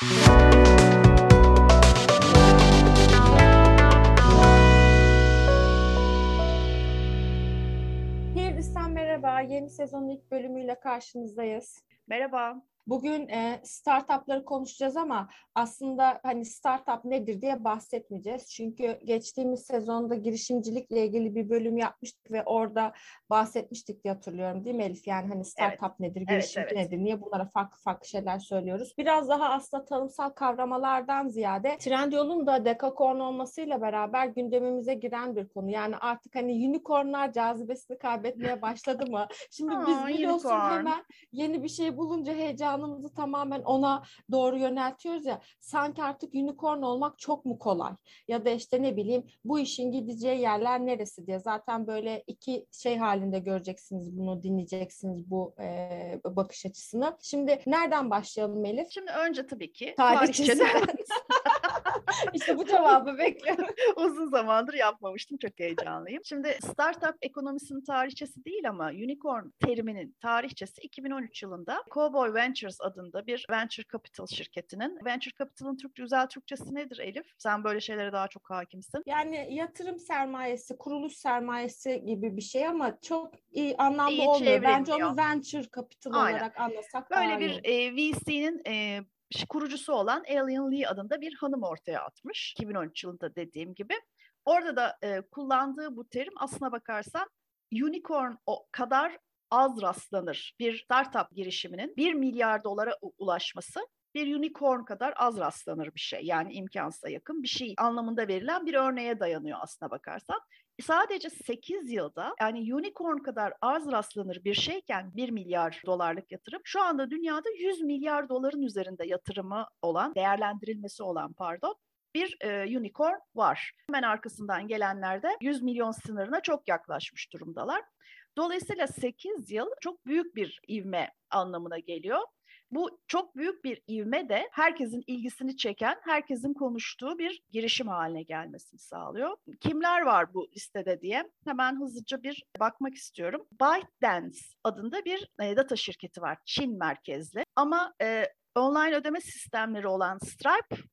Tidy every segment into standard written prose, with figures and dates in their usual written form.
Hindistan merhaba, yeni sezonun ilk bölümüyle karşınızdayız. Merhaba. Bugün startupları konuşacağız ama aslında hani startup nedir diye bahsetmeyeceğiz. Çünkü geçtiğimiz sezonda girişimcilikle ilgili bir bölüm yapmıştık ve orada bahsetmiştik diye hatırlıyorum değil mi Elif? Yani hani Evet, startup nedir, evet, girişimci evet. nedir, niye bunlara farklı farklı şeyler söylüyoruz? Biraz daha aslında tanımsal kavramalardan ziyade Trendyol'un da dekakorn olmasıyla beraber gündemimize giren bir konu. Yani artık hani unicornlar cazibesini kaybetmeye başladı mı? Şimdi biz biliyorsun Unicorn. hemen yeni bir şey bulunca heyecanımızı tamamen ona doğru yöneltiyoruz ya. Sanki artık unicorn olmak çok mu kolay? Ya da işte ne bileyim bu işin gideceği yerler neresi diye. Zaten böyle iki şey halinde göreceksiniz bunu, dinleyeceksiniz bu bakış açısını. Şimdi nereden başlayalım Elif? Şimdi önce tabii ki tarihçeden. Tarihçesinden. İşte bu cevabı bekliyorum. Uzun zamandır yapmamıştım. Çok heyecanlıyım. Şimdi startup ekonomisinin tarihçesi değil ama unicorn teriminin tarihçesi 2013 yılında Cowboy Ventures adında bir venture capital şirketinin. Venture capital'ın güzel Türkçesi nedir Elif? Sen böyle şeylere daha çok hakimsin. Yani yatırım sermayesi, kuruluş sermayesi gibi bir şey ama çok iyi anlamlı İyi olmuyor. Bence çevrilmiyor. onu venture capital Aynen. olarak anlasak Böyle daha iyi bir olur. VC'nin kurucusu olan Alien Lee adında bir hanım ortaya atmış. 2013 yılında dediğim gibi. Orada da kullandığı bu terim aslına bakarsan unicorn o kadar az rastlanır. Bir startup girişiminin 1 milyar dolara ulaşması bir unicorn kadar az rastlanır bir şey. Yani imkansıza yakın bir şey anlamında verilen bir örneğe dayanıyor aslına bakarsan. Sadece 8 yılda yani unicorn kadar az rastlanır bir şeyken 1 milyar dolarlık yatırım şu anda dünyada 100 milyar doların üzerinde yatırımı olan, değerlendirilmesi olan pardon bir unicorn var. Hemen arkasından gelenler de 100 milyon sınırına çok yaklaşmış durumdalar. Dolayısıyla 8 yıl çok büyük bir ivme anlamına geliyor. Bu çok büyük bir ivme de herkesin ilgisini çeken, herkesin konuştuğu bir girişim haline gelmesini sağlıyor. Kimler var bu listede diye hemen hızlıca bir bakmak istiyorum. ByteDance adında bir data şirketi var, Çin merkezli. Ama online ödeme sistemleri olan Stripe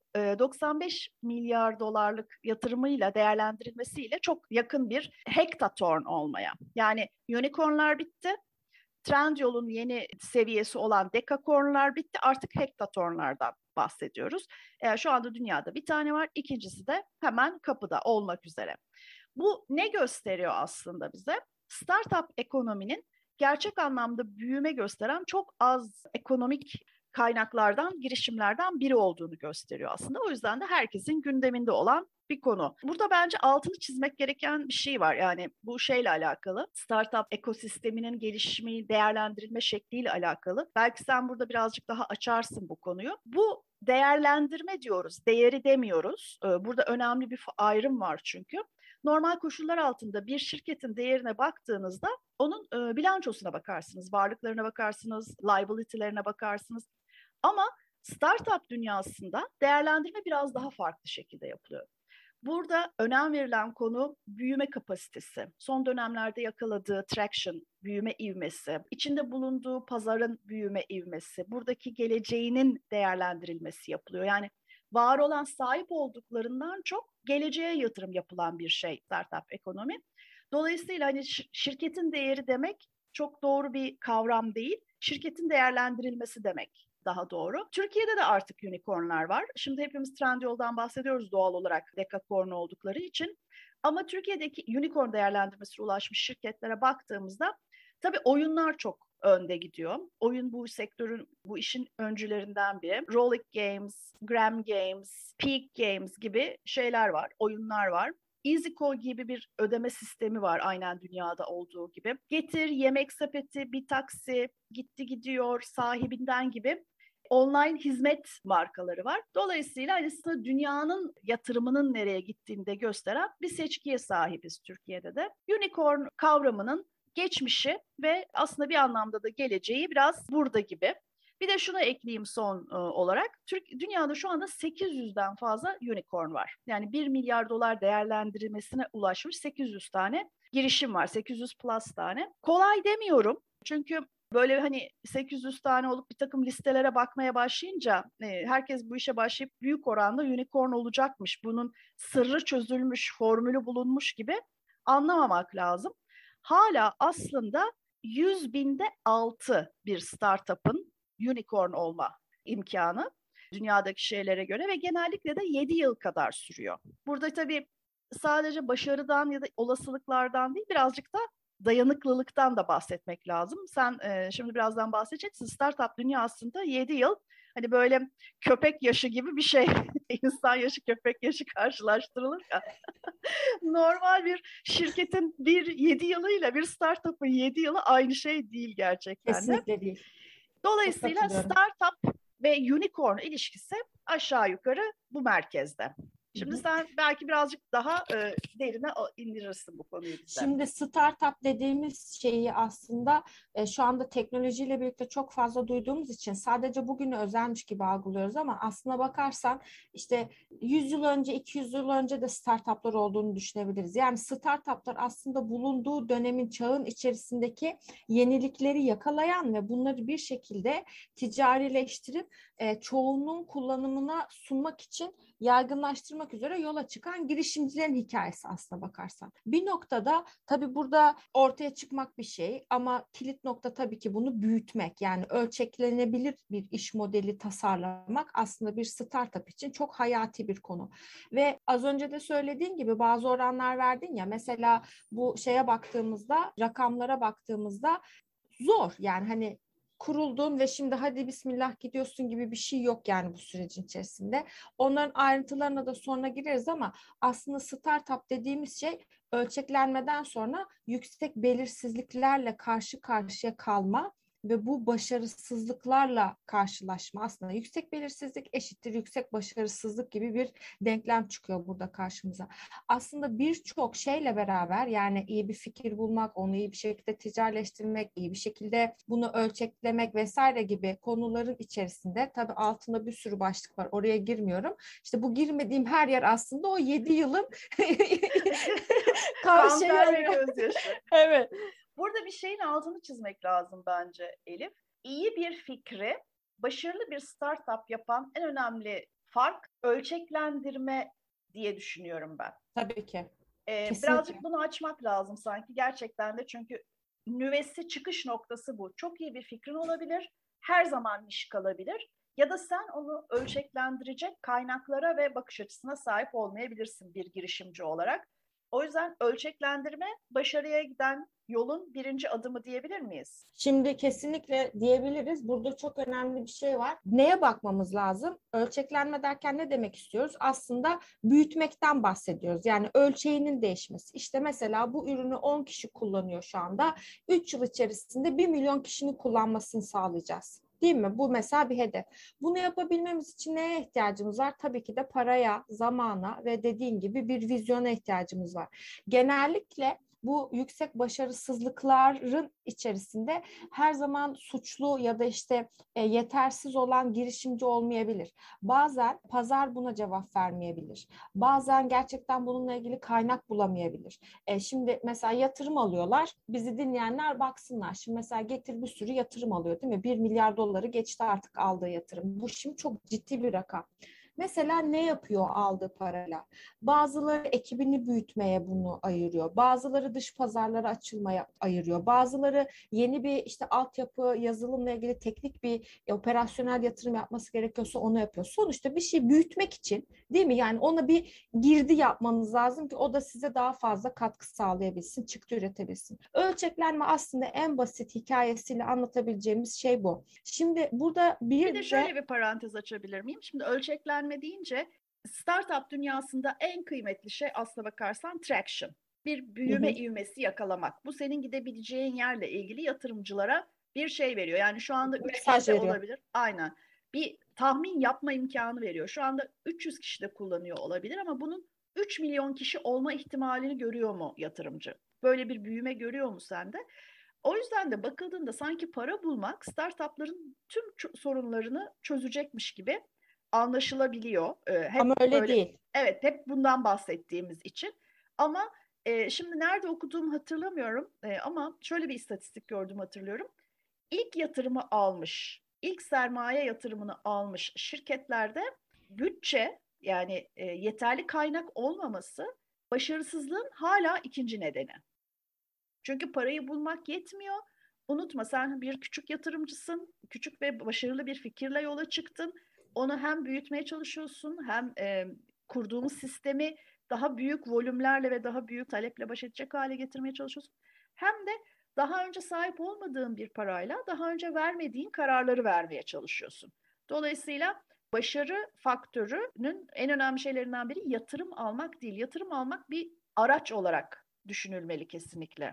95 milyar dolarlık yatırımıyla, değerlendirilmesiyle çok yakın bir hekaton olmaya. Yani unicornlar bitti. Trendyol'un yeni seviyesi olan dekakornlar bitti. Artık hektatonlardan bahsediyoruz. Şu anda dünyada bir tane var. İkincisi de hemen kapıda olmak üzere. Bu ne gösteriyor aslında bize? Startup ekonominin gerçek anlamda büyüme gösteren çok az ekonomik kaynaklardan, girişimlerden biri olduğunu gösteriyor aslında. O yüzden de herkesin gündeminde olan bir konu. Burada bence altını çizmek gereken bir şey var. Yani bu şeyle alakalı, startup ekosisteminin gelişimi, değerlendirilme şekliyle alakalı. Belki sen burada birazcık daha açarsın bu konuyu. Bu değerlendirme diyoruz, değeri demiyoruz. Burada önemli bir ayrım var çünkü. Normal koşullar altında bir şirketin değerine baktığınızda onun bilançosuna bakarsınız, varlıklarına bakarsınız, liability'lerine bakarsınız. Ama startup dünyasında değerlendirme biraz daha farklı şekilde yapılıyor. Burada önem verilen konu büyüme kapasitesi, son dönemlerde yakaladığı traction, büyüme ivmesi, içinde bulunduğu pazarın büyüme ivmesi, buradaki geleceğinin değerlendirilmesi yapılıyor. Yani var olan sahip olduklarından çok geleceğe yatırım yapılan bir şey startup ekonomi. Dolayısıyla hani şirketin değeri demek çok doğru bir kavram değil, şirketin değerlendirilmesi demek daha doğru. Türkiye'de de artık unicornlar var. Şimdi hepimiz Trendyol'dan bahsediyoruz doğal olarak dekakorn oldukları için. Ama Türkiye'deki unicorn değerlendirmesine ulaşmış şirketlere baktığımızda tabii oyunlar çok önde gidiyor. Oyun bu sektörün, bu işin öncülerinden biri. Rollic Games, Gram Games, Peak Games gibi şeyler var, oyunlar var. EasyCo gibi bir ödeme sistemi var aynen dünyada olduğu gibi. Getir, yemek sepeti, bir taksi, gitti gidiyor, sahibinden gibi online hizmet markaları var. Dolayısıyla aslında dünyanın yatırımının nereye gittiğini de gösteren bir seçkiye sahibiz Türkiye'de de. Unicorn kavramının geçmişi ve aslında bir anlamda da geleceği biraz burada gibi. Bir de şunu ekleyeyim son olarak. Dünyada şu anda 800'den fazla unicorn var. Yani 1 milyar dolar değerlendirilmesine ulaşmış 800 tane girişim var. 800 plus tane. Kolay demiyorum. Çünkü Böyle hani 800 tane olup bir takım listelere bakmaya başlayınca herkes bu işe başlayıp büyük oranda unicorn olacakmış. Bunun sırrı çözülmüş, formülü bulunmuş gibi anlamamak lazım. Hala aslında 100 binde 6 bir startup'ın unicorn olma imkanı dünyadaki şeylere göre ve genellikle de 7 yıl kadar sürüyor. Burada tabii sadece başarıdan ya da olasılıklardan değil, birazcık da dayanıklılıktan da bahsetmek lazım. Sen şimdi birazdan bahsedeceksin. Startup dünyasında 7 yıl hani böyle köpek yaşı gibi bir şey. İnsan yaşı köpek yaşı karşılaştırılır ya. Normal bir şirketin 7 yılıyla bir startup'ın 7 yılı aynı şey değil gerçekten de. Kesinlikle değil. Çok Dolayısıyla katılıyorum. startup ve unicorn ilişkisi aşağı yukarı bu merkezde. Hı Şimdi hı. sen belki birazcık daha derine indirirsin bu konuyu bize. Şimdi startup dediğimiz şeyi aslında şu anda teknolojiyle birlikte çok fazla duyduğumuz için sadece bugüne özelmiş gibi algılıyoruz ama aslına bakarsan işte 100 yıl önce, 200 yıl önce de startuplar olduğunu düşünebiliriz. Yani startuplar aslında bulunduğu dönemin, çağın içerisindeki yenilikleri yakalayan ve bunları bir şekilde ticarileştirip çoğunluğun kullanımına sunmak için yaygınlaştırmak üzere yola çıkan girişimcilerin hikayesi aslına bakarsan. Bir noktada tabii burada ortaya çıkmak bir şey ama kilit nokta tabii ki bunu büyütmek. Yani ölçeklenebilir bir iş modeli tasarlamak aslında bir startup için çok hayati bir konu. Ve az önce de söylediğin gibi bazı oranlar verdin ya, mesela bu şeye baktığımızda, rakamlara baktığımızda zor. Yani hani kuruldun ve şimdi hadi bismillah gidiyorsun gibi bir şey yok yani bu sürecin içerisinde. Onların ayrıntılarına da sonra gireriz ama aslında startup dediğimiz şey ölçeklenmeden sonra yüksek belirsizliklerle karşı karşıya kalma ve bu başarısızlıklarla karşılaşma. Aslında yüksek belirsizlik eşittir yüksek başarısızlık gibi bir denklem çıkıyor burada karşımıza. Aslında birçok şeyle beraber, yani iyi bir fikir bulmak, onu iyi bir şekilde ticarileştirmek, iyi bir şekilde bunu ölçeklemek vesaire gibi konuların içerisinde tabii altında bir sürü başlık var. Oraya girmiyorum. İşte bu girmediğim her yer aslında o 7 yılın Kan, şeyi ter ve oluyor. gözyaşı. Evet. Burada bir şeyin altını çizmek lazım bence Elif. İyi bir fikri başarılı bir startup yapan en önemli fark ölçeklendirme diye düşünüyorum ben. Tabii ki. Birazcık Kesinlikle. bunu açmak lazım sanki gerçekten de, çünkü nüvesi, çıkış noktası bu. Çok iyi bir fikrin olabilir, her zaman niş kalabilir ya da sen onu ölçeklendirecek kaynaklara ve bakış açısına sahip olmayabilirsin bir girişimci olarak. O yüzden ölçeklendirme başarıya giden yolun birinci adımı diyebilir miyiz? Şimdi kesinlikle diyebiliriz. Burada çok önemli bir şey var. Neye bakmamız lazım? Ölçeklenme derken ne demek istiyoruz? Aslında büyütmekten bahsediyoruz. Yani ölçeğinin değişmesi. İşte mesela bu ürünü 10 kişi kullanıyor şu anda. 3 yıl içerisinde 1 milyon kişinin kullanmasını sağlayacağız. Değil mi? Bu mesela bir hedef. Bunu yapabilmemiz için neye ihtiyacımız var? Tabii ki de paraya, zamana ve dediğin gibi bir vizyona ihtiyacımız var. Genellikle bu yüksek başarısızlıkların içerisinde her zaman suçlu ya da işte yetersiz olan girişimci olmayabilir. Bazen pazar buna cevap vermeyebilir. Bazen gerçekten bununla ilgili kaynak bulamayabilir. Şimdi mesela yatırım alıyorlar. Bizi dinleyenler baksınlar. Şimdi mesela Getir bir sürü yatırım alıyor, değil mi? 1 milyar doları geçti artık aldığı yatırım. Bu şimdi çok ciddi bir rakam. Mesela ne yapıyor aldığı parayla? Bazıları ekibini büyütmeye bunu ayırıyor. Bazıları dış pazarlara açılmaya ayırıyor. Bazıları yeni bir işte altyapı, yazılımla ilgili teknik bir operasyonel yatırım yapması gerekiyorsa onu yapıyor. Sonuçta bir şey büyütmek için, değil mi? Yani ona bir girdi yapmanız lazım ki o da size daha fazla katkı sağlayabilsin, çıktı üretebilsin. Ölçeklenme aslında en basit hikayesiyle anlatabileceğimiz şey bu. Şimdi burada Bir de bir de şöyle bir parantez açabilir miyim? Şimdi ölçeklenme deyince startup dünyasında en kıymetli şey aslına bakarsan traction. Bir hı büyüme hı, ivmesi yakalamak. Bu senin gidebileceğin yerle ilgili yatırımcılara bir şey veriyor. Yani şu anda 3 kişi mesaj de veriyor. olabilir. Aynen. Bir tahmin yapma imkanı veriyor. Şu anda 300 kişi de kullanıyor olabilir ama bunun 3 milyon kişi olma ihtimalini görüyor mu yatırımcı? Böyle bir büyüme görüyor mu sende? O yüzden de bakıldığında sanki para bulmak startupların tüm sorunlarını çözecekmiş gibi anlaşılabiliyor. Hep Ama öyle böyle, değil. evet, hep bundan bahsettiğimiz için. Ama şimdi nerede okuduğumu hatırlamıyorum ama şöyle bir istatistik gördüm, hatırlıyorum. ilk yatırımı almış, ilk sermaye yatırımını almış şirketlerde bütçe, yani yeterli kaynak olmaması başarısızlığın hala ikinci nedeni. Çünkü parayı bulmak yetmiyor. Unutma, sen bir küçük yatırımcısın. Küçük ve başarılı bir fikirle yola çıktın. Onu hem büyütmeye çalışıyorsun, hem kurduğumuz sistemi daha büyük volümlerle ve daha büyük taleple baş edecek hale getirmeye çalışıyorsun. Hem de daha önce sahip olmadığın bir parayla daha önce vermediğin kararları vermeye çalışıyorsun. Dolayısıyla başarı faktörünün en önemli şeylerinden biri yatırım almak değil. Yatırım almak bir araç olarak düşünülmeli kesinlikle.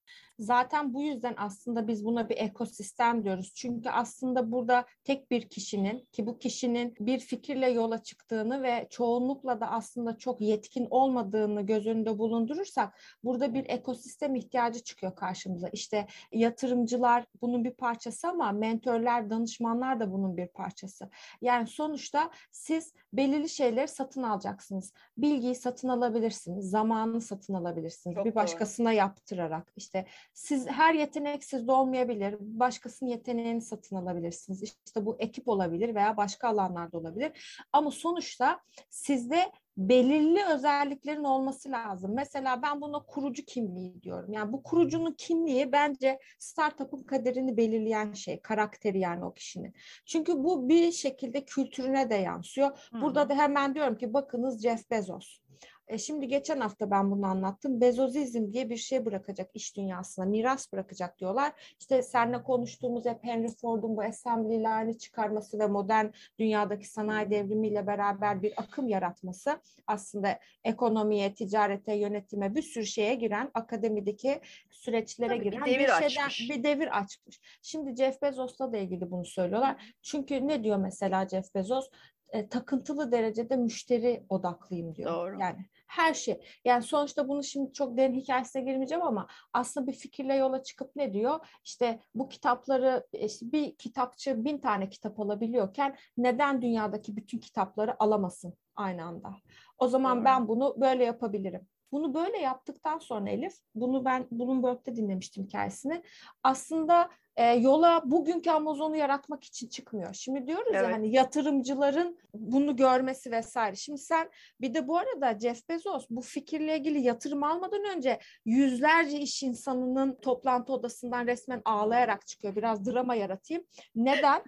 Zaten bu yüzden aslında biz buna bir ekosistem diyoruz. Çünkü aslında burada tek bir kişinin, ki bu kişinin bir fikirle yola çıktığını ve çoğunlukla da aslında çok yetkin olmadığını göz önünde bulundurursak burada bir ekosistem ihtiyacı çıkıyor karşımıza. İşte yatırımcılar bunun bir parçası ama mentörler, danışmanlar da bunun bir parçası. Yani sonuçta siz belirli şeyleri satın alacaksınız. Bilgiyi satın alabilirsiniz, zamanını satın alabilirsiniz. Çok bir doğru. başkasına yaptırarak işte siz her yetenek sizde olmayabilir. Başkasının yeteneğini satın alabilirsiniz. İşte bu ekip olabilir veya başka alanlarda olabilir. Ama sonuçta sizde belirli özelliklerin olması lazım. Mesela ben buna kurucu kimliği diyorum. Yani bu kurucunun kimliği bence startup'ın kaderini belirleyen şey, karakteri yani o kişinin. Çünkü bu bir şekilde kültürüne de yansıyor. Burada da hemen diyorum ki bakınız Jeff Bezos. Şimdi geçen hafta ben bunu anlattım. Bezosizm diye bir şey bırakacak iş dünyasına, miras bırakacak diyorlar. İşte seninle konuştuğumuz hep Henry Ford'un bu assembly line'ı çıkarması ve modern dünyadaki sanayi devrimiyle beraber bir akım yaratması aslında ekonomiye, ticarete, yönetime bir sürü şeye giren, akademideki süreçlere Tabii, giren bir devir şeyden açmış. bir devir açmış. Şimdi Jeff Bezos'la da ilgili bunu söylüyorlar. Çünkü ne diyor mesela Jeff Bezos? Takıntılı derecede müşteri odaklıyım diyor. Doğru. Yani her şey. Yani sonuçta bunu şimdi çok derin hikayesine girmeyeceğim ama aslında bir fikirle yola çıkıp ne diyor? İşte bu kitapları işte bir kitapçı 1000 tane kitap alabiliyorken neden dünyadaki bütün kitapları alamasın aynı anda? O zaman Doğru. ben bunu böyle yapabilirim. Bunu böyle yaptıktan sonra Elif, bunu ben Bloomberg'de dinlemiştim hikayesini. Aslında yola bugünkü Amazon'u yaratmak için çıkmıyor. Şimdi diyoruz ya hani yatırımcıların bunu görmesi vesaire. Şimdi sen bir de bu arada Jeff Bezos bu fikirle ilgili yatırım almadan önce yüzlerce iş insanının toplantı odasından resmen ağlayarak çıkıyor. Biraz drama yaratayım. Neden?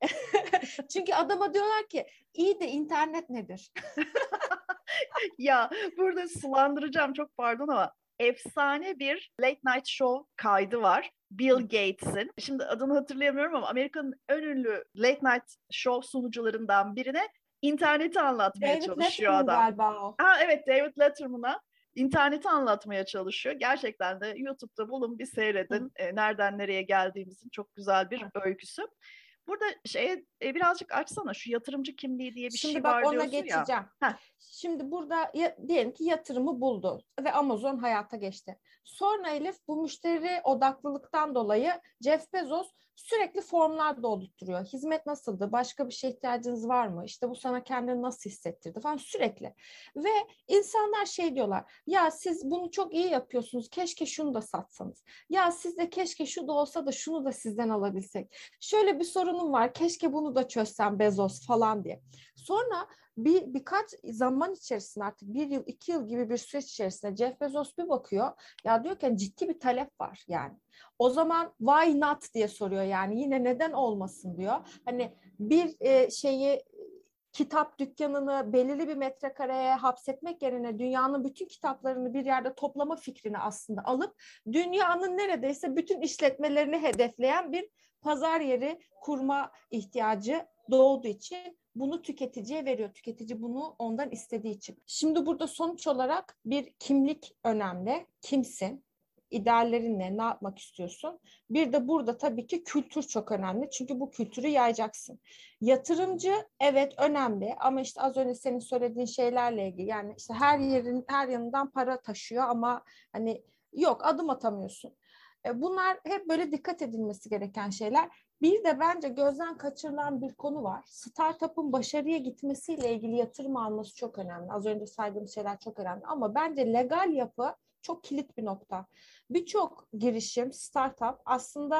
Çünkü adama diyorlar ki iyi de internet nedir? Ya burada sulandıracağım, çok pardon ama efsane bir late night show kaydı var. Bill Gates'in. Şimdi adını hatırlayamıyorum ama Amerika'nın en ünlü late night show sunucularından birine interneti anlatmaya David çalışıyor Letterman adam. galiba o. Ha, evet, David Letterman'a interneti anlatmaya çalışıyor. Gerçekten de YouTube'da bulun, bir seyredin. Nereden nereye geldiğimizin çok güzel bir öyküsü. Burada birazcık açsana, şu yatırımcı kimliği diye bir Şimdi şey bak var ona diyorsun ya. geçeceğim. Heh. Şimdi burada diyelim ki yatırımı buldu ve Amazon hayata geçti. Sonra Elif bu müşteri odaklılıktan dolayı Jeff Bezos sürekli formlar doldurtuyor. Hizmet nasıldı? Başka bir şeye ihtiyacınız var mı? İşte bu sana kendini nasıl hissettirdi falan sürekli. Ve insanlar şey diyorlar. Ya siz bunu çok iyi yapıyorsunuz. Keşke şunu da satsanız. Ya sizde keşke şu da olsa da şunu da sizden alabilsek. Şöyle bir sorunum var. Keşke bunu da çözsem Bezos falan diye. Sonra birkaç zaman içerisinde artık 1 yıl 2 yıl gibi bir süreç içerisinde Jeff Bezos bir bakıyor ya diyor ki ciddi bir talep var yani. O zaman why not diye soruyor yani yine neden olmasın diyor. Hani bir şeyi kitap dükkanını belirli bir metrekareye hapsetmek yerine dünyanın bütün kitaplarını bir yerde toplama fikrini aslında alıp dünyanın neredeyse bütün işletmelerini hedefleyen bir pazar yeri kurma ihtiyacı doğduğu için bunu tüketiciye veriyor. Tüketici bunu ondan istediği için. Şimdi burada sonuç olarak bir kimlik önemli. Kimsin? İdeallerin ne? Ne yapmak istiyorsun? Bir de burada tabii ki kültür çok önemli. Çünkü bu kültürü yayacaksın. Yatırımcı evet önemli ama işte az önce senin söylediğin şeylerle ilgili yani işte her yanından para taşıyor ama hani yok adım atamıyorsun. Bunlar hep böyle dikkat edilmesi gereken şeyler. Bir de bence gözden kaçırılan bir konu var. Startup'ın başarıya gitmesiyle ilgili yatırım alması çok önemli. Az önce saydığım şeyler çok önemli ama bence legal yapı çok kilit bir nokta. Birçok girişim, startup aslında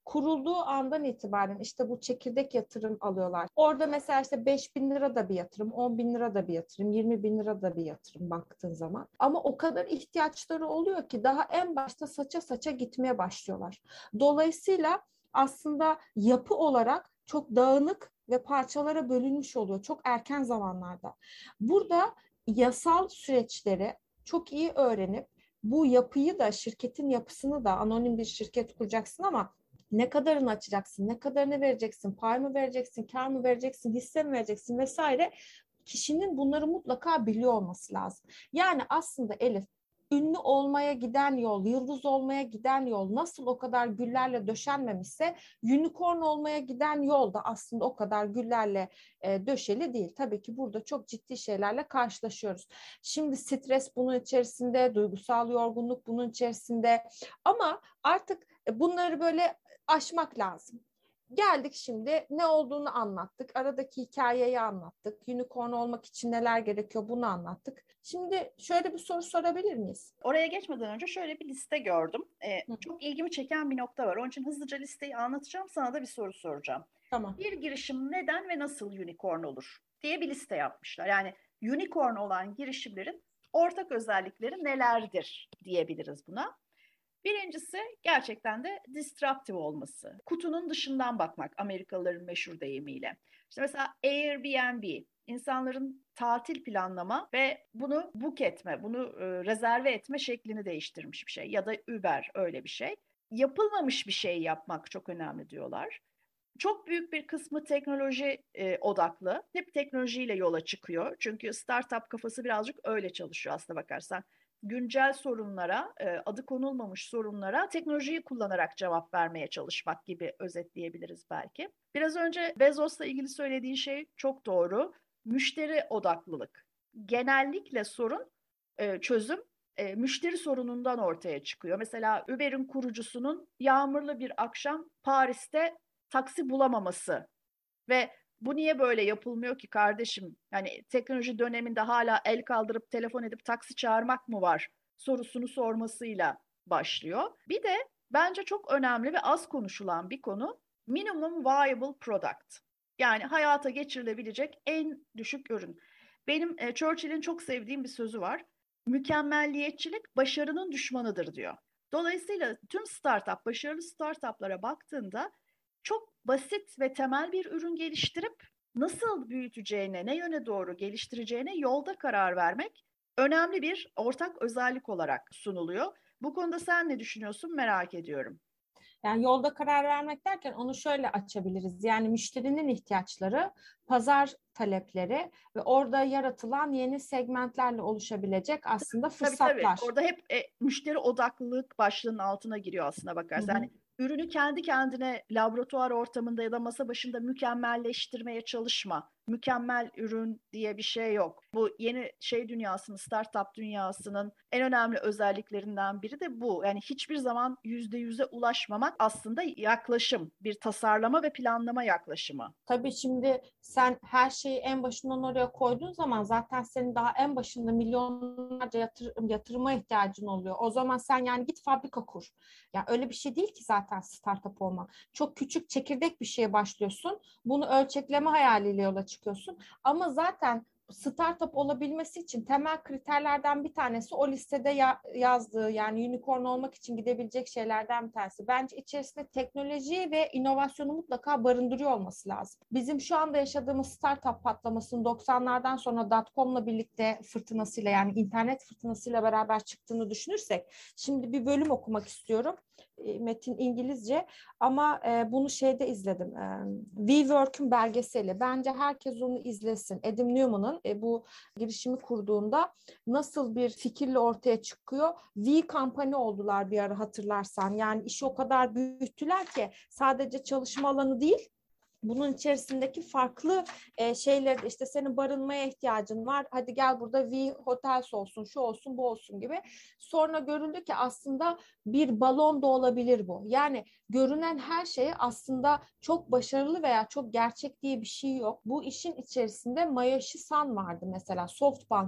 kurulduğu andan itibaren işte bu çekirdek yatırım alıyorlar. Orada mesela işte 5.000 lira da bir yatırım, 10.000 lira da bir yatırım, 20.000 lira da bir yatırım baktığın zaman. Ama o kadar ihtiyaçları oluyor ki daha en başta saça saça gitmeye başlıyorlar. Dolayısıyla aslında yapı olarak çok dağınık ve parçalara bölünmüş oluyor çok erken zamanlarda. Burada yasal süreçleri çok iyi öğrenip bu yapıyı da şirketin yapısını da anonim bir şirket kuracaksın ama ne kadarını açacaksın, ne kadarını vereceksin, pay mı vereceksin, kar mı vereceksin, hisse mi vereceksin vesaire kişinin bunları mutlaka biliyor olması lazım. Yani aslında Elif ünlü olmaya giden yol, yıldız olmaya giden yol nasıl o kadar güllerle döşenmemişse unicorn olmaya giden yol da aslında o kadar güllerle döşeli değil. Tabii ki burada çok ciddi şeylerle karşılaşıyoruz. Şimdi stres bunun içerisinde, duygusal yorgunluk bunun içerisinde ama artık bunları böyle aşmak lazım. Geldik şimdi ne olduğunu anlattık. Aradaki hikayeyi anlattık. Unicorn olmak için neler gerekiyor bunu anlattık. Şimdi şöyle bir soru sorabilir miyiz? Oraya geçmeden önce şöyle bir liste gördüm. Çok ilgimi çeken bir nokta var. Onun için hızlıca listeyi anlatacağım. Sana da bir soru soracağım. Tamam. Bir girişim neden ve nasıl unicorn olur diye bir liste yapmışlar. Yani unicorn olan girişimlerin ortak özellikleri nelerdir diyebiliriz buna. Birincisi gerçekten de disruptive olması. Kutunun dışından bakmak Amerikalıların meşhur deyimiyle. İşte mesela Airbnb, insanların tatil planlama ve bunu book etme, bunu rezerve etme şeklini değiştirmiş bir şey. Ya da Uber öyle bir şey. Yapılmamış bir şey yapmak çok önemli diyorlar. Çok büyük bir kısmı teknoloji odaklı. Hep teknolojiyle yola çıkıyor. Çünkü startup kafası birazcık öyle çalışıyor aslına bakarsan. Güncel sorunlara, adı konulmamış sorunlara teknolojiyi kullanarak cevap vermeye çalışmak gibi özetleyebiliriz belki. Biraz önce Bezos'la ilgili söylediğin şey çok doğru. Müşteri odaklılık. Genellikle sorun, çözüm müşteri sorunundan ortaya çıkıyor. Mesela Uber'in kurucusunun yağmurlu bir akşam Paris'te taksi bulamaması ve bu niye böyle yapılmıyor ki kardeşim? Yani teknoloji döneminde hala el kaldırıp telefon edip taksi çağırmak mı var sorusunu sormasıyla başlıyor. Bir de bence çok önemli ve az konuşulan bir konu minimum viable product. Yani hayata geçirilebilecek en düşük ürün. Benim Churchill'in çok sevdiğim bir sözü var. Mükemmelliyetçilik başarının düşmanıdır diyor. Dolayısıyla tüm startup, başarılı startuplara baktığında çok basit ve temel bir ürün geliştirip nasıl büyüteceğine, ne yöne doğru geliştireceğine yolda karar vermek önemli bir ortak özellik olarak sunuluyor. Bu konuda sen ne düşünüyorsun merak ediyorum. Yani yolda karar vermek derken onu şöyle açabiliriz. Yani müşterinin ihtiyaçları, pazar talepleri ve orada yaratılan yeni segmentlerle oluşabilecek aslında Tabii. fırsatlar. Orada hep müşteri odaklılık başlığının altına giriyor aslına Hı bakarsan. hı. Yani ürünü kendi kendine laboratuvar ortamında ya da masa başında mükemmelleştirmeye çalışma. Mükemmel ürün diye bir şey yok. Bu yeni şey dünyasının, startup dünyasının en önemli özelliklerinden biri de bu. Yani hiçbir zaman %100'e ulaşmamak aslında yaklaşım, bir tasarlama ve planlama yaklaşımı. Tabii şimdi sen her şeyi en başından oraya koyduğun zaman zaten senin daha en başında milyonlarca yatırıma ihtiyacın oluyor. O zaman sen yani git fabrika kur. Ya öyle bir şey değil ki zaten startup olmak. Çok küçük çekirdek bir şeye başlıyorsun. Bunu ölçekleme hayaliyle yola çıkıyorsun. Ama zaten startup olabilmesi için temel kriterlerden bir tanesi o listede yazdığı yani unicorn olmak için gidebilecek şeylerden bir tanesi. Bence içerisinde teknoloji ve inovasyonu mutlaka barındırıyor olması lazım. Bizim şu anda yaşadığımız startup patlamasının 90'lardan sonra dotcom'la birlikte fırtınasıyla yani internet fırtınasıyla beraber çıktığını düşünürsek şimdi bir bölüm okumak istiyorum. Metin İngilizce ama bunu şeyde izledim. WeWork'ün belgeseli. Bence herkes onu izlesin. Adam Neumann'ın bu girişimi kurduğunda nasıl bir fikirle ortaya çıkıyor? V Company oldular bir ara hatırlarsan. Yani işi o kadar büyüttüler ki sadece çalışma alanı değil, bunun içerisindeki farklı şeyler işte senin barınmaya ihtiyacın var. Hadi gel burada V Hotels olsun, şu olsun, bu olsun gibi. Sonra görüldü ki aslında bir balon da olabilir bu. Yani görünen her şey aslında çok başarılı veya çok gerçek diye bir şey yok. Bu işin içerisinde Masayoshi Son vardı mesela SoftBank'ın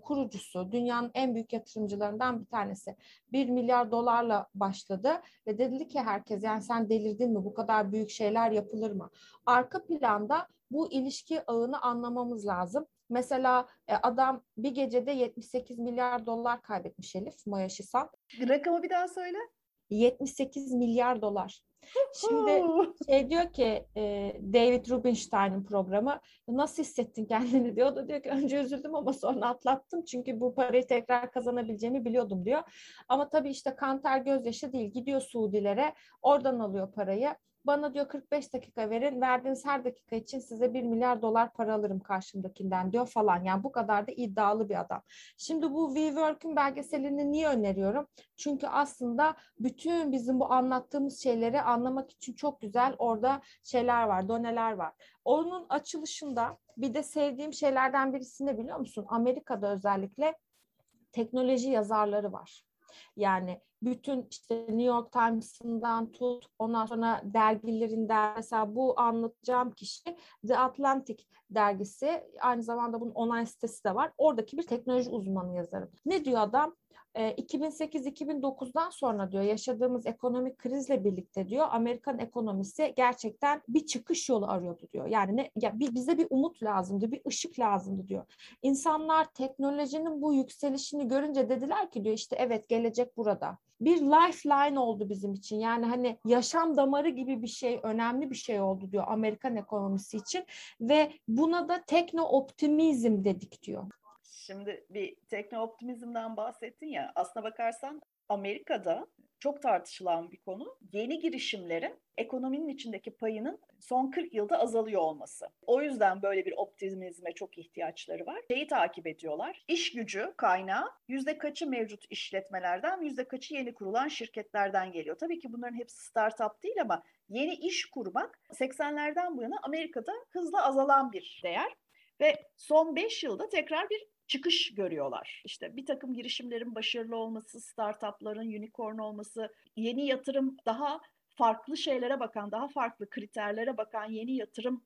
kurucusu, dünyanın en büyük yatırımcılarından bir tanesi. 1 milyar dolarla başladı ve dedi ki herkes, yani sen delirdin mi? Bu kadar büyük şeyler yapılır mı? Arka planda bu ilişki ağını anlamamız lazım. Mesela adam bir gecede 78 milyar dolar kaybetmiş, Elif Mayaşisan. Rakamı bir daha söyle. 78 milyar dolar. Şimdi diyor ki David Rubenstein'in programı, nasıl hissettin kendini diyor. O da diyor ki önce üzüldüm ama sonra atlattım. Çünkü bu parayı tekrar kazanabileceğimi biliyordum diyor. Ama tabii işte kan ter gözyaşı değil. Gidiyor Suudilere, oradan alıyor parayı. Bana diyor 45 dakika verin. Verdiğiniz her dakika için size 1 milyar dolar para alırım karşımdakinden diyor falan. Yani bu kadar da iddialı bir adam. Şimdi bu WeWork'ün belgeselini niye öneriyorum? Çünkü aslında bütün bizim bu anlattığımız şeyleri anlamak için çok güzel orada şeyler var, doneler var. Onun açılışında bir de sevdiğim şeylerden birisi ne biliyor musun? Amerika'da özellikle teknoloji yazarları var. Yani bütün işte New York Times'ından tut, ondan sonra dergilerinden, mesela bu anlatacağım kişi The Atlantic dergisi, aynı zamanda bunun online sitesi de var. Oradaki bir teknoloji uzmanı yazarı. Ne diyor adam? 2008-2009'dan sonra diyor yaşadığımız ekonomik krizle birlikte diyor Amerikan ekonomisi gerçekten bir çıkış yolu arıyordu diyor. Yani bize bir umut lazımdı, bir ışık lazımdı diyor. İnsanlar teknolojinin bu yükselişini görünce dediler ki diyor işte evet, gelecek burada. Bir lifeline oldu bizim için. Yani hani yaşam damarı gibi bir şey, önemli bir şey oldu diyor Amerikan ekonomisi için ve buna da tekno-optimizm dedik diyor. Şimdi bir tekno-optimizmden bahsettin ya, aslına bakarsan Amerika'da çok tartışılan bir konu yeni girişimlerin ekonominin içindeki payının son 40 yılda azalıyor olması. O yüzden böyle bir optimizme çok ihtiyaçları var. Şeyi takip ediyorlar. İş gücü kaynağı yüzde kaçı mevcut işletmelerden, yüzde kaçı yeni kurulan şirketlerden geliyor. Tabii ki bunların hepsi startup değil ama yeni iş kurmak 80'lerden bu yana Amerika'da hızla azalan bir değer. Ve son 5 yılda tekrar bir çıkış görüyorlar. İşte bir takım girişimlerin başarılı olması, startupların unicorn olması, yeni yatırım, daha farklı şeylere bakan, daha farklı kriterlere bakan yeni yatırım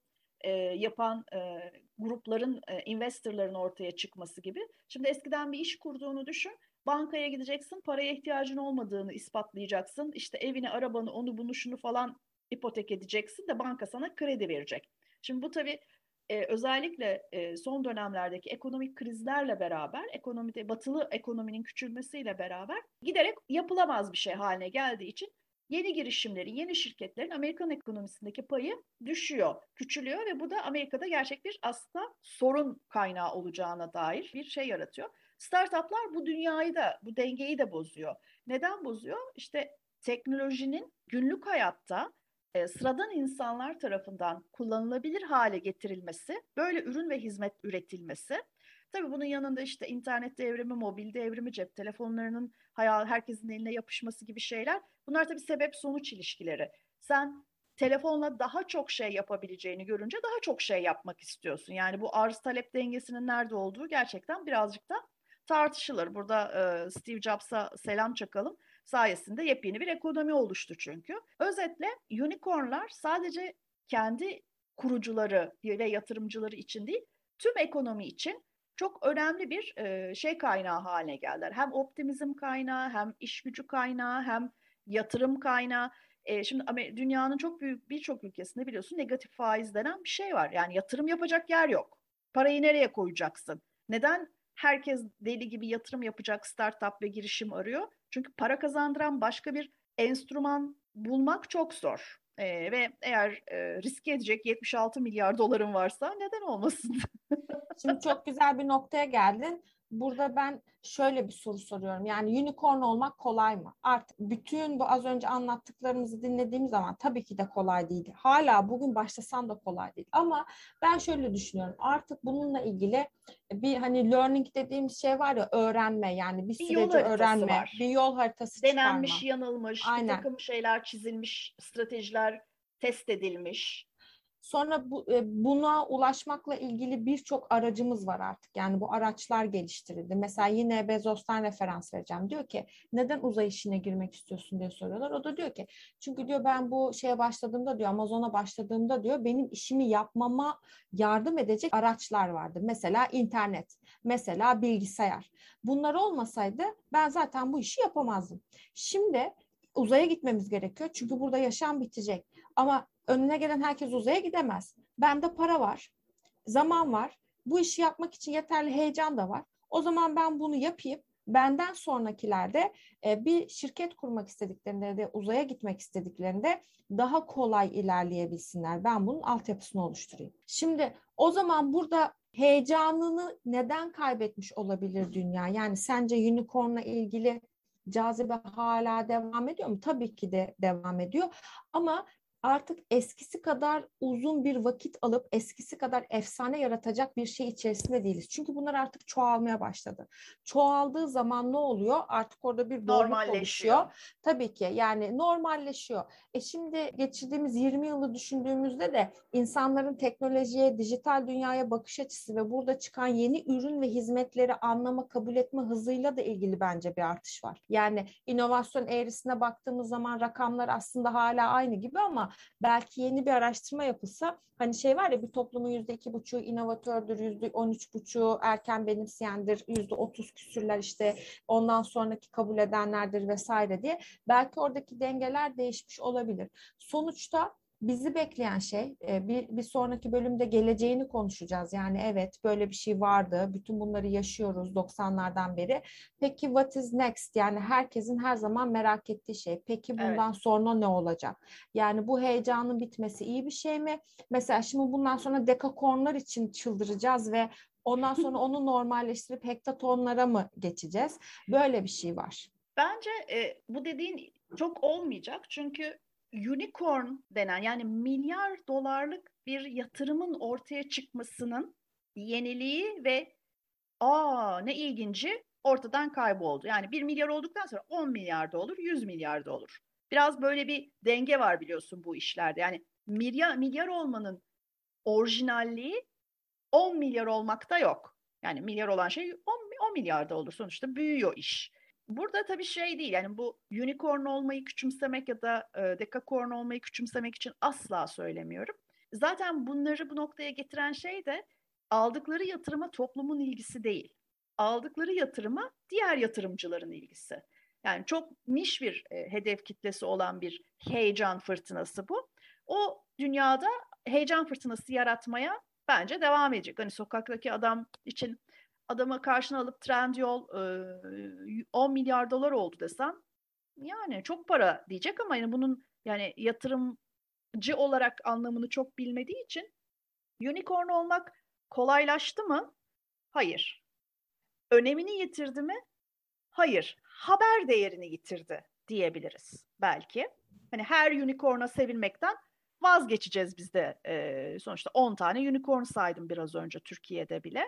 yapan grupların, investorların ortaya çıkması gibi. Şimdi eskiden bir iş kurduğunu düşün. Bankaya gideceksin, paraya ihtiyacın olmadığını ispatlayacaksın. İşte evini, arabanı, onu bunu şunu falan ipotek edeceksin de banka sana kredi verecek. Şimdi bu tabii özellikle son dönemlerdeki ekonomik krizlerle beraber, ekonomide batılı ekonominin küçülmesiyle beraber giderek yapılamaz bir şey haline geldiği için yeni girişimlerin, yeni şirketlerin Amerikan ekonomisindeki payı düşüyor, küçülüyor ve bu da Amerika'da gerçek bir aslında sorun kaynağı olacağına dair bir şey yaratıyor. Startuplar bu dünyayı da, bu dengeyi de bozuyor. Neden bozuyor? İşte teknolojinin günlük hayatta sıradan insanlar tarafından kullanılabilir hale getirilmesi, böyle ürün ve hizmet üretilmesi. Tabii bunun yanında işte internet devrimi, mobil devrimi, cep telefonlarının herkesin eline yapışması gibi şeyler. Bunlar tabii sebep-sonuç ilişkileri. Sen telefonla daha çok şey yapabileceğini görünce daha çok şey yapmak istiyorsun. Yani bu arz-talep dengesinin nerede olduğu gerçekten birazcık da tartışılır. Burada Steve Jobs'a selam çakalım. Sayesinde yepyeni bir ekonomi oluştu çünkü. Özetle unicornlar sadece kendi kurucuları ve yatırımcıları için değil, tüm ekonomi için çok önemli bir şey kaynağı haline geldiler. Hem optimizm kaynağı, hem iş gücü kaynağı, hem yatırım kaynağı. Şimdi dünyanın çok büyük birçok ülkesinde biliyorsun negatif faiz denen bir şey var. Yani yatırım yapacak yer yok. Parayı nereye koyacaksın? Neden herkes deli gibi yatırım yapacak startup ve girişim arıyor? Çünkü para kazandıran başka bir enstrüman bulmak çok zor. Ve eğer riske edecek 76 milyar doların varsa neden olmasın? Şimdi çok güzel bir noktaya geldin. Burada ben şöyle bir soru soruyorum. Yani unicorn olmak kolay mı? Artık bütün bu az önce anlattıklarımızı dinlediğim zaman tabii ki de kolay değil. Hala bugün başlasan da kolay değil. Ama ben şöyle düşünüyorum. Artık bununla ilgili bir hani learning dediğimiz şey var ya, öğrenme, yani bir Bir yol süreci haritası öğrenme, var. bir yol haritası Denenmiş, çıkarma. yanılmış, bir Aynen. takım şeyler çizilmiş, stratejiler test edilmiş. Sonra buna ulaşmakla ilgili birçok aracımız var artık. Yani bu araçlar geliştirildi. Mesela yine Bezos'tan referans vereceğim. Diyor ki neden uzay işine girmek istiyorsun diye soruyorlar. O da diyor ki çünkü diyor ben bu şeye başladığımda diyor Amazon'a başladığımda diyor benim işimi yapmama yardım edecek araçlar vardı. Mesela internet, mesela bilgisayar. Bunlar olmasaydı ben zaten bu işi yapamazdım. Şimdi uzaya gitmemiz gerekiyor. Çünkü burada yaşam bitecek. Ama önüne gelen herkes uzaya gidemez. Bende para var, zaman var. Bu işi yapmak için yeterli heyecan da var. O zaman ben bunu yapayım. Benden sonrakilerde bir şirket kurmak istediklerinde de uzaya gitmek istediklerinde daha kolay ilerleyebilsinler. Ben bunun altyapısını oluşturayım. Şimdi o zaman burada heyecanını neden kaybetmiş olabilir dünya? Yani sence unicorn'la ilgili cazibe hala devam ediyor mu? Tabii ki de devam ediyor. Ama artık eskisi kadar uzun bir vakit alıp eskisi kadar efsane yaratacak bir şey içerisinde değiliz. Çünkü bunlar artık çoğalmaya başladı. Çoğaldığı zaman ne oluyor? Artık orada bir bolluk oluşuyor. Normalleşiyor. Tabii ki yani normalleşiyor. Şimdi geçirdiğimiz 20 yılı düşündüğümüzde de insanların teknolojiye, dijital dünyaya bakış açısı ve burada çıkan yeni ürün ve hizmetleri anlama, kabul etme hızıyla da ilgili bence bir artış var. Yani inovasyon eğrisine baktığımız zaman rakamlar aslında hala aynı gibi ama belki yeni bir araştırma yapılsa hani şey var ya bir toplumun %2,5'u inovatördür, %13,5'u erken benimseyendir, %30 küsürler işte ondan sonraki kabul edenlerdir vesaire diye belki oradaki dengeler değişmiş olabilir. Sonuçta bizi bekleyen şey bir sonraki bölümde geleceğini konuşacağız. Yani evet böyle bir şey vardı. Bütün bunları yaşıyoruz 90'lardan beri. Peki what is next? Yani herkesin her zaman merak ettiği şey. Peki Evet. bundan sonra ne olacak? Yani bu heyecanın bitmesi iyi bir şey mi? Mesela şimdi bundan sonra dekakornlar için çıldıracağız ve ondan sonra onu normalleştirip hektatonlara mı geçeceğiz? Böyle bir şey var. Bence bu dediğin çok olmayacak. Çünkü unicorn denen yani milyar dolarlık bir yatırımın ortaya çıkmasının yeniliği ve ne ilginci ortadan kayboldu. Yani 1 milyar olduktan sonra 10 milyar da olur, 100 milyar da olur. Biraz böyle bir denge var biliyorsun bu işlerde. Yani milyar olmanın orijinalliği 10 milyar olmakta yok. Yani milyar olan şey 10 milyarda olur sonuçta büyüyor iş. Burada tabii şey değil yani bu unicorn olmayı küçümsemek ya da dekakorn olmayı küçümsemek için asla söylemiyorum. Zaten bunları bu noktaya getiren şey de aldıkları yatırıma toplumun ilgisi değil. Aldıkları yatırıma diğer yatırımcıların ilgisi. Yani çok niş bir hedef kitlesi olan bir heyecan fırtınası bu. O dünyada heyecan fırtınası yaratmaya bence devam edecek. Hani sokaktaki adam için adamı karşına alıp Trendyol 10 milyar dolar oldu desem yani çok para diyecek ama yani bunun yani yatırımcı olarak anlamını çok bilmediği için unicorn olmak kolaylaştı mı? Hayır. Önemini yitirdi mi? Hayır. Haber değerini yitirdi diyebiliriz belki. Hani her unicorn'a sevilmekten vazgeçeceğiz biz de. Sonuçta 10 tane unicorn saydım biraz önce Türkiye'de bile.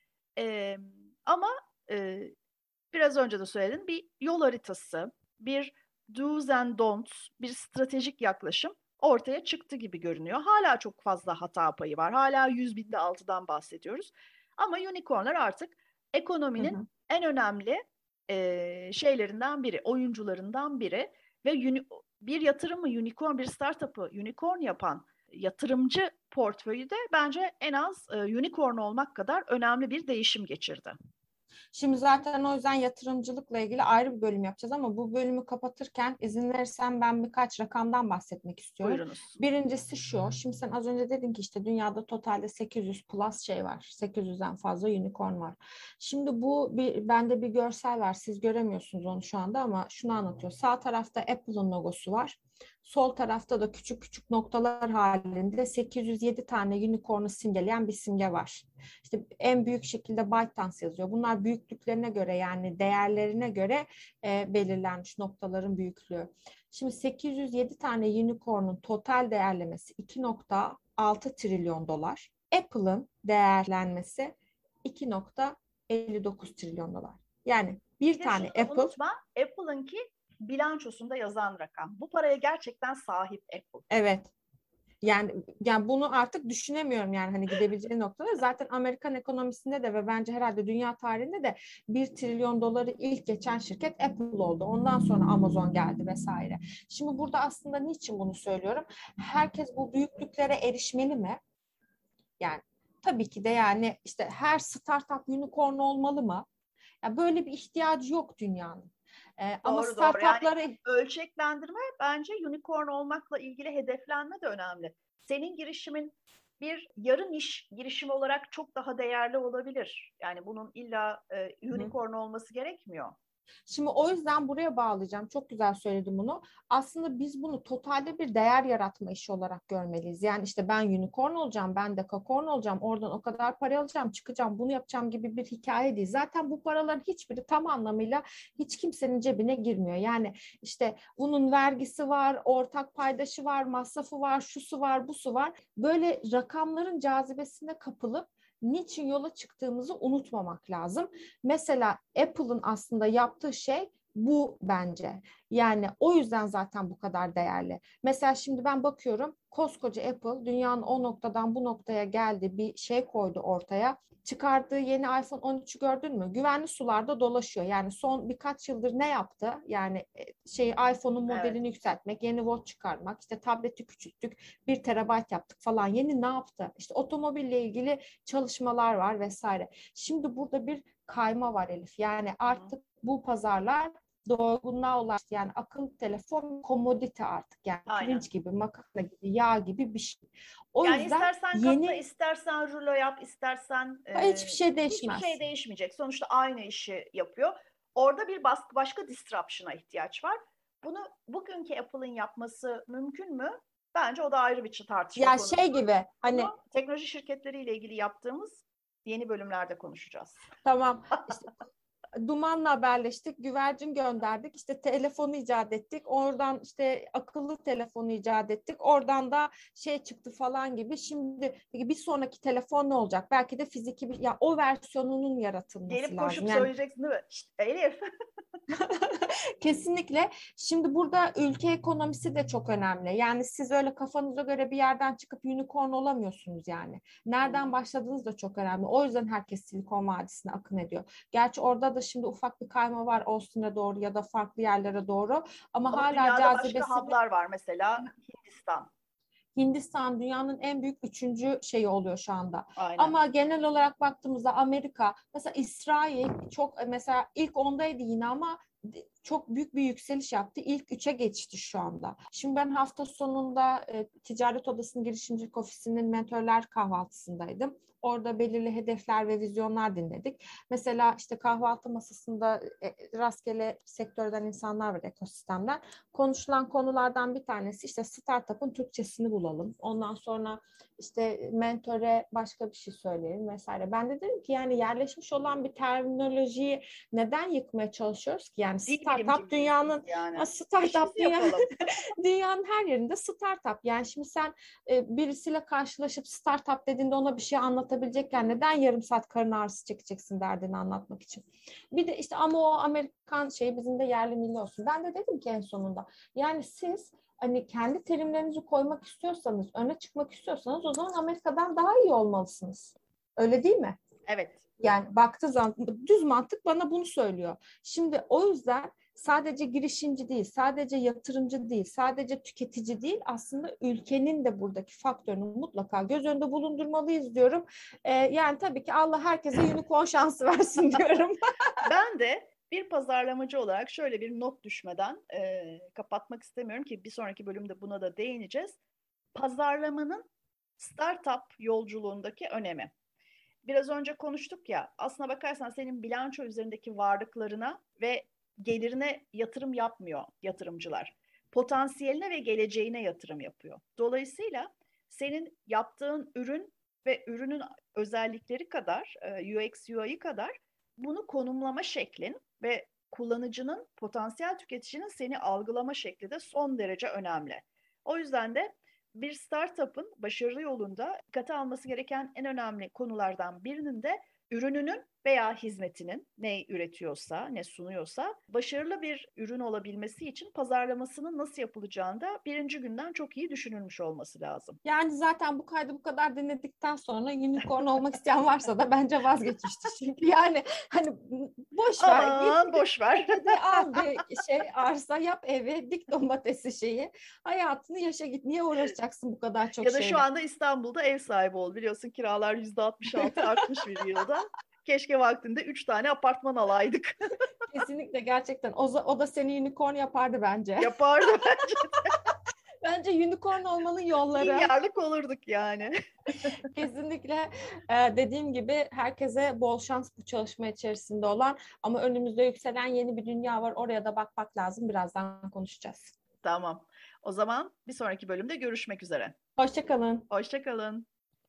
E, ama e, biraz önce de söyledim bir yol haritası, bir do's and don'ts, bir stratejik yaklaşım ortaya çıktı gibi görünüyor. Hala çok fazla hata payı var. Hala 100 binde altıdan bahsediyoruz. Ama unicornlar artık Hı ekonominin hı. en önemli şeylerinden biri, oyuncularından biri ve bir yatırımı unicorn, bir startup'ı unicorn yapan yatırımcı portföyü de bence en az unicorn olmak kadar önemli bir değişim geçirdi. Şimdi zaten o yüzden yatırımcılıkla ilgili ayrı bir bölüm yapacağız ama bu bölümü kapatırken izin verirsen ben birkaç rakamdan bahsetmek istiyorum. Buyurunuz. Birincisi şu, şimdi sen az önce dedin ki işte dünyada totalde 800 plus şey var. 800'den fazla unicorn var. Şimdi bende bir görsel var. Siz göremiyorsunuz onu şu anda ama şunu anlatıyor. Sağ tarafta Apple'ın logosu var. Sol tarafta da küçük küçük noktalar halinde 807 tane unicorn'u simgeleyen bir simge var. İşte en büyük şekilde ByteDance yazıyor. Bunlar büyüklüklerine göre yani değerlerine göre belirlenmiş noktaların büyüklüğü. Şimdi 807 tane unicorn'un total değerlemesi 2,6 trilyon dolar. Apple'ın değerlenmesi 2,59 trilyon dolar. Yani Bir bir de şunu tane da Apple, unutma, Apple'ınki bilançosunda yazan rakam. Bu paraya gerçekten sahip Apple. evet, Yani bunu artık düşünemiyorum yani hani gidebileceği noktada. Zaten Amerikan ekonomisinde de ve bence herhalde dünya tarihinde de 1 trilyon doları ilk geçen şirket Apple oldu. Ondan sonra Amazon geldi vesaire. Şimdi burada aslında niçin bunu söylüyorum? Herkes bu büyüklüklere erişmeli mi? Yani tabii ki de yani işte her startup unicorn olmalı mı? Ya böyle bir ihtiyacı yok dünyanın. Ama Doğru doğru. Yani startupları ölçeklendirme bence unicorn olmakla ilgili hedeflenme de önemli. Senin girişimin bir yarım iş girişimi olarak çok daha değerli olabilir. Yani bunun illa unicorn olması gerekmiyor. Şimdi o yüzden buraya bağlayacağım. Çok güzel söyledim bunu. Aslında biz bunu totalde bir değer yaratma işi olarak görmeliyiz. Yani işte ben unicorn olacağım, ben dekakorn olacağım, oradan o kadar para alacağım, çıkacağım, bunu yapacağım gibi bir hikaye değil. Zaten bu paraların hiçbiri tam anlamıyla hiç kimsenin cebine girmiyor. Yani işte bunun vergisi var, ortak paydaşı var, masrafı var, şusu var, busu var. Böyle rakamların cazibesine kapılıp niçin yola çıktığımızı unutmamak lazım. Mesela Apple'ın aslında yaptığı şey bu bence. Yani o yüzden zaten bu kadar değerli. Mesela şimdi ben bakıyorum koskoca Apple dünyanın o noktadan bu noktaya geldi, bir şey koydu ortaya. Çıkardığı yeni iPhone 13'ü gördün mü? Güvenli sularda dolaşıyor. Yani son birkaç yıldır ne yaptı? Yani iPhone'un Evet. modelini yükseltmek, yeni watch çıkarmak, işte tableti küçülttük, 1 TB yaptık falan. Yeni ne yaptı? İşte otomobille ilgili çalışmalar var vesaire. Şimdi burada bir kayma var Elif. Yani artık bu pazarlar doygunluğa ulaştı. Yani akıllı telefon komodite artık. Yani Aynen. pirinç gibi, makarna gibi, yağ gibi bir şey. O Yani yüzden istersen katla, yeni istersen rulo yap, istersen hiçbir şey hiçbir şey değişmez. değişmeyecek. Sonuçta aynı işi yapıyor. Orada bir başka disruption'a ihtiyaç var. Bunu bugünkü Apple'ın yapması mümkün mü? Bence o da ayrı bir tartışma Ya konusu. şey gibi hani Bunu teknoloji şirketleriyle ilgili yaptığımız yeni bölümlerde konuşacağız. tamam işte dumanla haberleştik, güvercin gönderdik, işte telefonu icat ettik, oradan işte akıllı telefonu icat ettik, oradan da şey çıktı falan gibi. Şimdi peki bir sonraki telefon ne olacak? Belki de fiziki bir, ya o versiyonunun yaratılması Gelip lazım. koşup Yani söyleyeceksin değil mi? Şşt, Elif. kesinlikle. Şimdi burada ülke ekonomisi de çok önemli. Yani siz öyle kafanıza göre bir yerden çıkıp unicorn olamıyorsunuz yani. Nereden başladığınız da çok önemli. O yüzden herkes Silikon Vadisi'ne akın ediyor. Gerçi orada da şimdi ufak bir kayma var Austin'e doğru ya da farklı yerlere doğru. Ama Ama hala dünyada başka cazibesini hub'lar var. Mesela Hindistan. Hindistan dünyanın en büyük üçüncü şeyi oluyor şu anda. Aynen. Ama genel olarak baktığımızda Amerika, mesela İsrail çok mesela ilk ondaydı yine ama çok büyük bir yükseliş yaptı. İlk üçe geçti şu anda. Şimdi ben hafta sonunda Ticaret Odası'nın girişimcilik ofisinin mentörler kahvaltısındaydım. Orada belirli hedefler ve vizyonlar dinledik. Mesela işte kahvaltı masasında rastgele sektörden insanlar var, ekosistemden. Konuşulan konulardan bir tanesi işte startup'ın Türkçesini bulalım. Ondan sonra işte mentöre başka bir şey söyleyelim vesaire. Ben de dedim ki yani yerleşmiş olan bir terminolojiyi neden yıkmaya çalışıyoruz ki? Yani Dil startup bilimciliyiz biz dünyanın yani. startup İşimizi yapalım. dünyanın her yerinde startup. Yani şimdi sen birisiyle karşılaşıp startup dediğinde ona bir şey anlatabilecekken neden yarım saat karın ağrısı çekeceksin derdini anlatmak için. Bir de işte ama o Amerikan şeyi bizim de yerli milli olsun. Ben de dedim ki en sonunda yani siz hani kendi terimlerinizi koymak istiyorsanız, öne çıkmak istiyorsanız o zaman Amerika'dan daha iyi olmalısınız. Öyle değil mi? Evet. Yani baktığı zaman düz mantık bana bunu söylüyor. Şimdi o yüzden sadece girişimci değil, sadece yatırımcı değil, sadece tüketici değil, aslında ülkenin de buradaki faktörünü mutlaka göz önünde bulundurmalıyız diyorum. Yani tabii ki Allah herkese unicorn şansı versin diyorum. Ben de bir pazarlamacı olarak şöyle bir not düşmeden kapatmak istemiyorum ki bir sonraki bölümde buna da değineceğiz. Pazarlamanın startup yolculuğundaki önemi. Biraz önce konuştuk ya, aslına bakarsan senin bilanço üzerindeki varlıklarına ve gelirine yatırım yapmıyor yatırımcılar. Potansiyeline ve geleceğine yatırım yapıyor. Dolayısıyla senin yaptığın ürün ve ürünün özellikleri kadar, UX, UI kadar bunu konumlama şeklin ve kullanıcının, potansiyel tüketicinin seni algılama şekli de son derece önemli. O yüzden de bir startup'ın başarı yolunda dikkate alması gereken en önemli konulardan birinin de ürününün veya hizmetinin ne üretiyorsa, ne sunuyorsa başarılı bir ürün olabilmesi için pazarlamasının nasıl yapılacağını da birinci günden çok iyi düşünülmüş olması lazım. Yani zaten bu kaydı bu kadar dinledikten sonra unicorn olmak isteyen varsa da bence vazgeçmiştir. Çünkü yani hani boş ver. Aman boş ver. Hadi al bir arsa, yap evi, dik domatesi şeyi. Hayatını yaşa git. Niye uğraşacaksın bu kadar çok Ya da şu şeyle? anda İstanbul'da ev sahibi ol. Biliyorsun kiralar %66 artmış bir yılda. Keşke vaktinde 3 tane apartman alaydık. Kesinlikle gerçekten. O da seni unicorn yapardı bence. Yapardı bence. Bence unicorn olmanın yolları. Milyarlık olurduk yani. Kesinlikle dediğim gibi herkese bol şans bu çalışma içerisinde olan, ama önümüzde yükselen yeni bir dünya var. Oraya da bakmak lazım. Birazdan konuşacağız. Tamam. O zaman bir sonraki bölümde görüşmek üzere. Hoşça kalın. Hoşça kalın.